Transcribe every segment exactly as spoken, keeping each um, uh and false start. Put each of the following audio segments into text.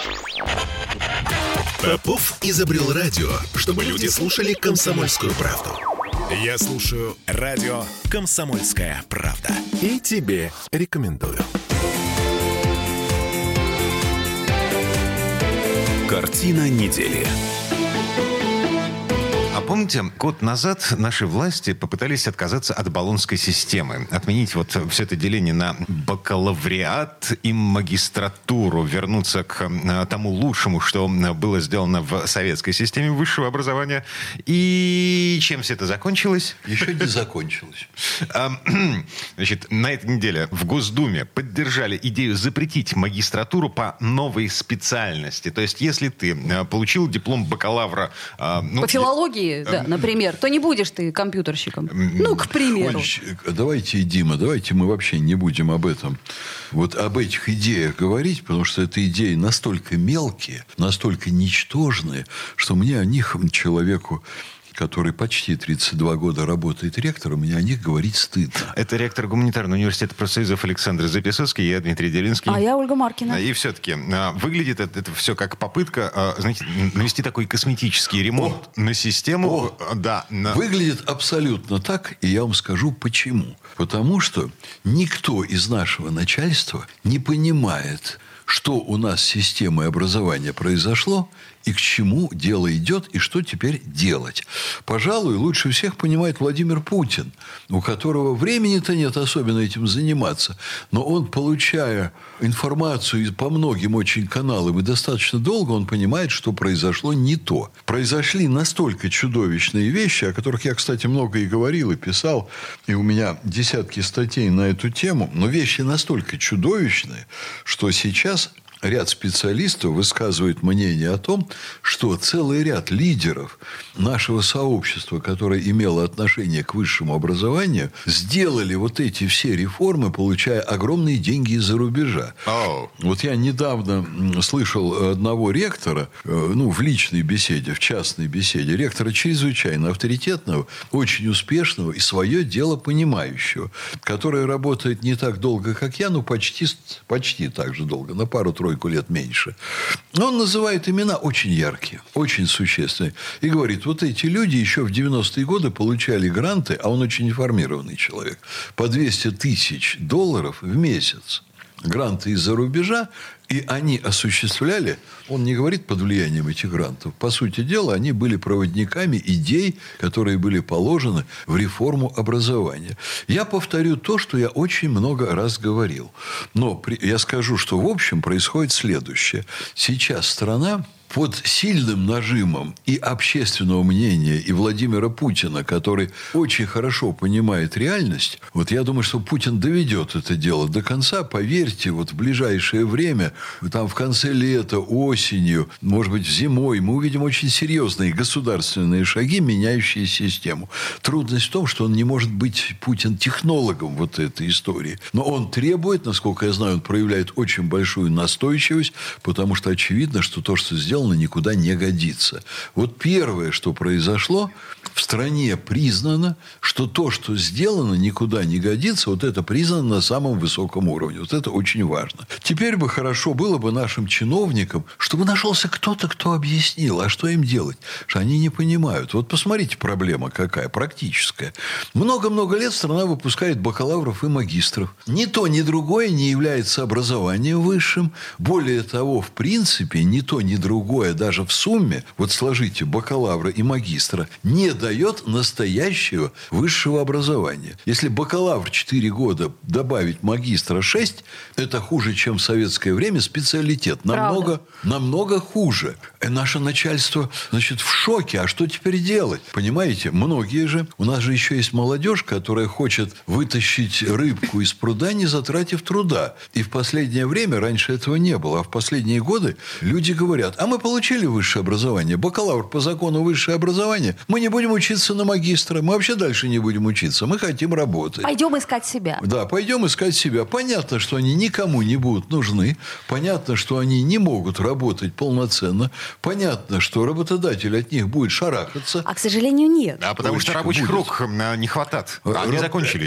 Попов изобрел радио, чтобы люди слушали «Комсомольскую правду». Я слушаю радио «Комсомольская правда». И тебе рекомендую. Картина недели. А помните, год назад наши власти попытались отказаться от болонской системы, отменить вот все это деление на бакалавриат и магистратуру, вернуться к тому лучшему, что было сделано в советской системе высшего образования. И чем все это закончилось? Еще не закончилось. Значит, на этой неделе в Госдуме поддержали идею запретить магистратуру по новой специальности. То есть, если ты получил диплом бакалавра... Ну, по филологии, да, например, то не будешь ты компьютерщиком. Ну, к примеру. Ой, давайте, Дима, давайте мы вообще не будем об этом. Вот об этих идеях говорить, потому что это идеи настолько мелкие, настолько ничтожные, что мне о них, человеку, который почти тридцать два года работает ректором, мне о них говорить стыдно. Это ректор гуманитарного университета профсоюзов Александр Записовский, я Дмитрий Делинский. А я Ольга Маркина. И все-таки выглядит это, это все как попытка, знаете, навести такой косметический ремонт О! на систему. О! Да, на... Выглядит абсолютно так, и я вам скажу почему. Потому что никто из нашего начальства не понимает, что у нас с системой образования произошло, и к чему дело идет, и что теперь делать. Пожалуй, лучше всех понимает Владимир Путин, у которого времени-то нет особенно этим заниматься. Но он, получая информацию по многим очень каналам, и достаточно долго, он понимает, что произошло не то. Произошли настолько чудовищные вещи, о которых я, кстати, много и говорил, и писал, и у меня десятки статей на эту тему, но вещи настолько чудовищные, что сейчас... Ряд специалистов высказывает мнение о том, что целый ряд лидеров нашего сообщества, которое имело отношение к высшему образованию, сделали вот эти все реформы, получая огромные деньги из-за рубежа. Oh. Вот я недавно слышал одного ректора, ну, в личной беседе, в частной беседе, ректора чрезвычайно авторитетного, очень успешного и свое дело понимающего, который работает не так долго, как я, но почти, почти так же долго, на пару-тройку лет меньше. Но он называет имена очень яркие, очень существенные. И говорит, вот эти люди еще в девяностые годы получали гранты, а он очень информированный человек, по двести тысяч долларов в месяц. Гранты из-за рубежа, и они осуществляли, он не говорит под влиянием этих грантов, по сути дела, они были проводниками идей, которые были положены в реформу образования. Я повторю то, что я очень много раз говорил. Но при, я скажу, что в общем происходит следующее. Сейчас страна под сильным нажимом и общественного мнения, и Владимира Путина, который очень хорошо понимает реальность, вот я думаю, что Путин доведет это дело до конца. Поверьте, вот в ближайшее время, там в конце лета, осенью, может быть, зимой, мы увидим очень серьезные государственные шаги, меняющие систему. Трудность в том, что он не может быть, Путин, технологом вот этой истории. Но он требует, насколько я знаю, он проявляет очень большую настойчивость, потому что очевидно, что то, что сделано, никуда не годится. Вот первое, что произошло, в стране признано, что то, что сделано, никуда не годится. Вот это признано на самом высоком уровне. Вот это очень важно. Теперь бы хорошо было бы нашим чиновникам, чтобы нашелся кто-то, кто объяснил, а что им делать. Что они не понимают. Вот посмотрите, проблема какая, практическая. Много-много лет страна выпускает бакалавров и магистров. Ни то, ни другое не является образованием высшим. Более того, в принципе, ни то, ни другое даже в сумме, вот сложите бакалавра и магистра, не дает настоящего высшего образования. Если бакалавр четыре года добавить магистра шесть, это хуже, чем в советское время специалитет. Намного, намного хуже. И наше начальство, значит, в шоке. А что теперь делать? Понимаете, многие же, у нас же еще есть молодежь, которая хочет вытащить рыбку из пруда, не затратив труда. И в последнее время, раньше этого не было, а в последние годы люди говорят, а мы получили высшее образование, бакалавр по закону высшее образование, мы не будем учиться на магистра, мы вообще дальше не будем учиться, мы хотим работать. Пойдем искать себя. Да, пойдем искать себя. Понятно, что они никому не будут нужны, понятно, что они не могут работать полноценно, понятно, что работодатель от них будет шарахаться. А, к сожалению, нет. Да, потому Очень что рабочих будет. рук не хватает, они Раб... закончились.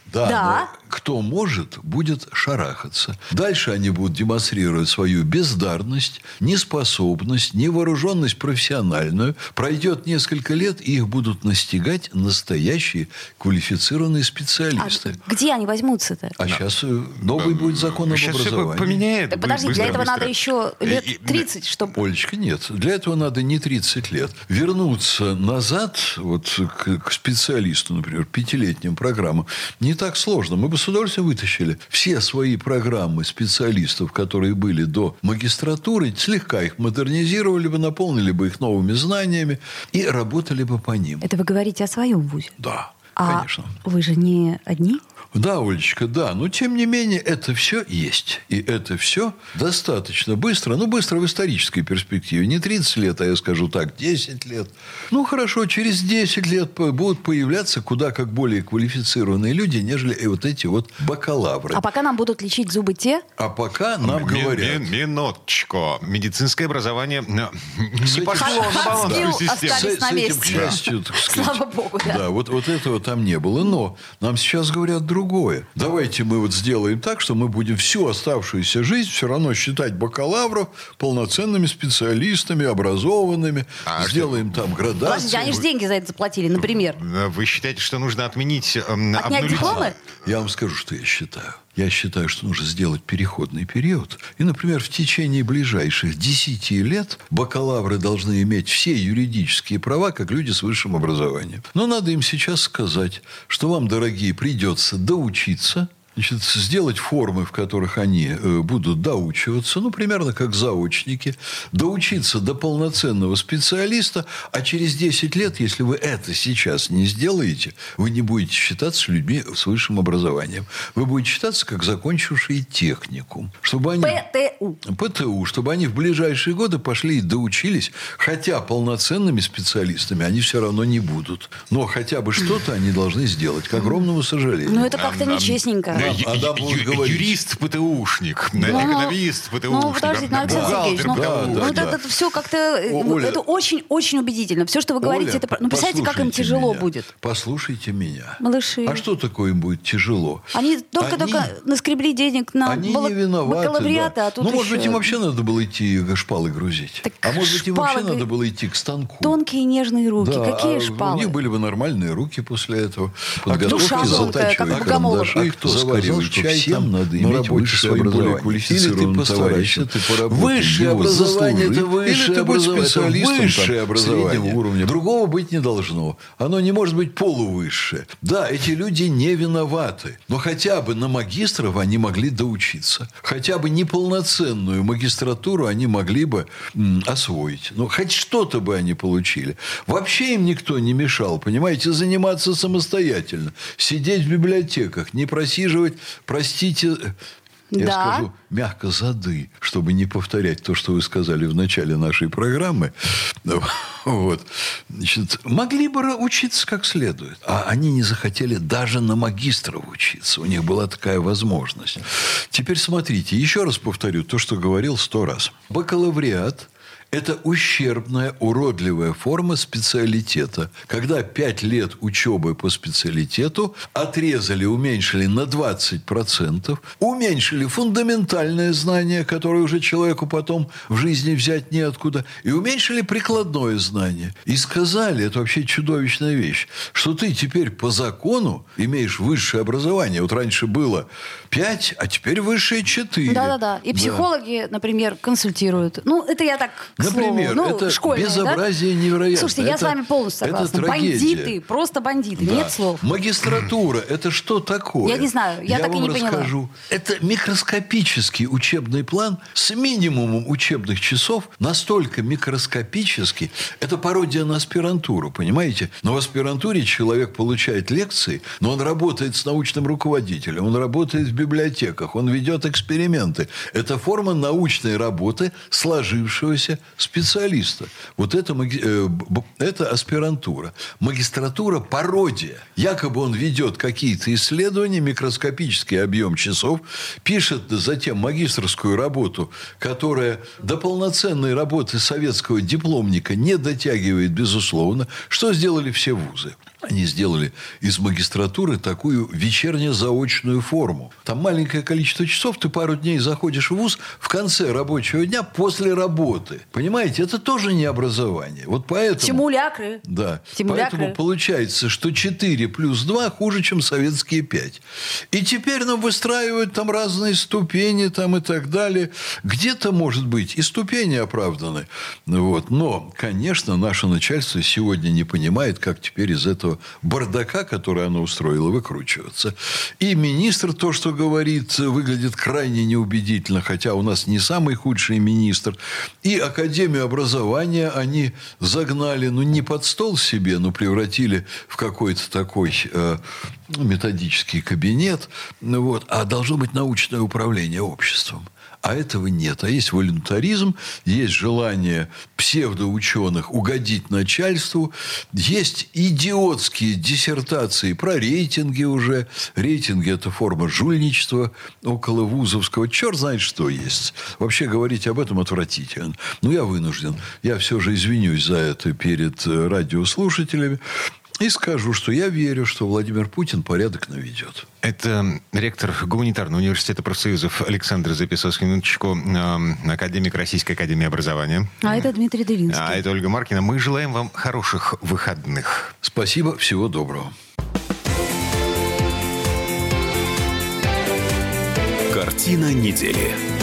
Да, Да. но кто может, будет шарахаться. Дальше они будут демонстрировать свою бездарность, неспособность, невооруженность профессиональную. Пройдет несколько лет, и их будут настигать настоящие квалифицированные специалисты. А где они возьмутся-то? А сейчас новый будет закон об Сейчас все образовании. поменяет. Так подожди, быстро, для этого быстро. надо еще лет И- и- тридцать, чтобы... Олечка, нет. Для этого надо не тридцать лет. Вернуться назад вот, к, к специалисту, например, пятилетним программам, не так сложно. Мы бы с удовольствием вытащили все свои программы специалистов, которые были до магистратуры, слегка их модернизировали бы, наполнили бы их новыми знаниями и работали бы по ним. Это вы говорите о своем вузе? Да, А конечно. вы же не одни? Да, Олечка, да. Но, тем не менее, это все есть. И это все достаточно быстро. Ну, быстро в исторической перспективе. Не тридцать лет, а я скажу так, десять лет. Ну, хорошо, через десять лет будут появляться куда как более квалифицированные люди, нежели и вот эти вот бакалавры. А пока нам будут лечить зубы те... А пока нам Ми- говорят... ми- Минуточку. Медицинское образование э, С не этим- пошло на Хат- балансную хатскил систему. остались С, на с этим, месте. к счастью, так сказать. Слава богу, да. Да, вот, вот этого там не было. Но нам сейчас говорят другое. Давайте мы вот сделаем так, что мы будем всю оставшуюся жизнь все равно считать бакалавров полноценными специалистами, образованными. А Сделаем там градацию. Подождите, они же деньги за это заплатили, например. Вы считаете, что нужно отменить э, Отнять обнулить- дипломы? Я вам скажу, что я считаю. Я считаю, что нужно сделать переходный период. И, например, в течение ближайших десяти лет бакалавры должны иметь все юридические права, как люди с высшим образованием. Но надо им сейчас сказать, что вам, дорогие, придется доучиться, значит, сделать формы, в которых они э, будут доучиваться, ну, примерно как заочники, доучиться до полноценного специалиста, а через десять лет, если вы это сейчас не сделаете, вы не будете считаться людьми с высшим образованием. Вы будете считаться как закончившие техникум. Чтобы они... ПТУ. ПТУ, чтобы они в ближайшие годы пошли и доучились, хотя полноценными специалистами они все равно не будут. Но хотя бы что-то они должны сделать, к огромному сожалению. Ну, это как-то Ам, ам, нечестненько. э, А ю- нам ю- будут ю- говорить. Юрист-ПТУшник, Ну, экономист-ПТУшник, Ну, подождите, ну, Александр Сергеевич, ну, Да, ну, да, вот да. это, это все как-то... э, О, ну, Оля, это очень-очень убедительно. Все, что вы говорите, Оля, это... Ну, представьте, как им послушайте тяжело меня. будет. Послушайте меня. Малыши. А что такое им будет тяжело? Они только-только наскребли денег на Они бала- не виноваты. бакалавриаты, Да. а тут Ну, может еще быть, им вообще надо было идти шпалы грузить. Так а может быть, им шпалы вообще гру- надо было идти к станку. тонкие нежные руки. Да, Какие а шпалы? У них были бы нормальные руки после этого. А кто Подготовки, сказал, затачивали как у карандаши. богомолов. А кто сказал, что всем надо иметь высшее образование? Или ты постарайся, ты поработай. Высшее его образование – заслужи. это высшее Или ты будь образование, это специалистом там, высшее образование. среднего уровня. Другого быть не должно. Оно не может быть полувысшее. Да, эти люди не виноваты. Но хотя бы на магистров они могли доучиться. Хотя бы неполноценную магистратуру они могли бы м, освоить. Ну, хоть что-то бы они получили. Вообще им никто не мешал, понимаете, заниматься самостоятельно. Сидеть в библиотеках, не просиживать, простите... Я Да. скажу мягко зады, чтобы не повторять то, что вы сказали в начале нашей программы. Вот. Значит, могли бы учиться как следует. А они не захотели даже на магистров учиться. У них была такая возможность. Теперь смотрите, еще раз повторю то, что говорил сто раз. Бакалавриат – это ущербная, уродливая форма специалитета. Когда пять лет учебы по специалитету отрезали, уменьшили на двадцать процентов, уменьшили фундаментальное знание, которое уже человеку потом в жизни взять неоткуда, и уменьшили прикладное знание. И сказали, это вообще чудовищная вещь, что ты теперь по закону имеешь высшее образование. Вот раньше было пять, а теперь высшее четыре. Да-да-да. И Да. психологи, например, консультируют. Ну, это я так, к Например, слову. Ну, это школьные, безобразие да? невероятное. Слушайте, я Это- с вами полностью это согласна. трагедия. Бандиты, просто бандиты. Да. Нет слов. Магистратура – это что такое? Я не знаю, я так и вам не поняла. расскажу. Это микроскопический учебный план с минимумом учебных часов, настолько микроскопический. Это пародия на аспирантуру, понимаете? Но в аспирантуре человек получает лекции, но он работает с научным руководителем, он работает в библиотеках, он ведет эксперименты. Это форма научной работы сложившегося специалиста. Вот это, маги- э, б- это аспирантура. Магистратура – пародия. Якобы он ведет какие-то исследования, микроскопический объем часов, пишет затем магистерскую работу, которая до полноценной работы советского дипломника не дотягивает, безусловно. Что сделали все вузы? Они сделали из магистратуры такую вечерне-заочную форму. Там маленькое количество часов, ты пару дней заходишь в вуз в конце рабочего дня после работы. Понимаете, это тоже не образование. Вот поэтому... Симулякры. Да. Симулякры. Поэтому получается, что четыре плюс два хуже, чем советские пять. И теперь нам выстраивают там разные ступени там и так далее. Где-то, может быть, и ступени оправданы. Вот. Но, конечно, наше начальство сегодня не понимает, как теперь из этого бардака, который оно устроило, выкручиваться. И министр то, что говорит, выглядит крайне неубедительно, хотя у нас не самый худший министр. И Академию образования они загнали, ну, не под стол себе, но превратили в какой-то такой э, методический кабинет. Вот. А должно быть научное управление обществом. А этого нет. А есть волюнтаризм, есть желание псевдоученых угодить начальству, есть идиотские диссертации про рейтинги уже. Рейтинги – это форма жульничества около вузовского. Черт знает, что есть. Вообще говорить об этом отвратительно. Но я вынужден. Я все же извинюсь за это перед радиослушателями. И скажу, что я верю, что Владимир Путин порядок наведет. Это ректор Гуманитарного университета профсоюзов Александр Записовский, минуточку, э, академик Российской академии образования. А это Дмитрий Делинский. А это Ольга Маркина. Мы желаем вам хороших выходных. Спасибо, всего доброго. Картина недели.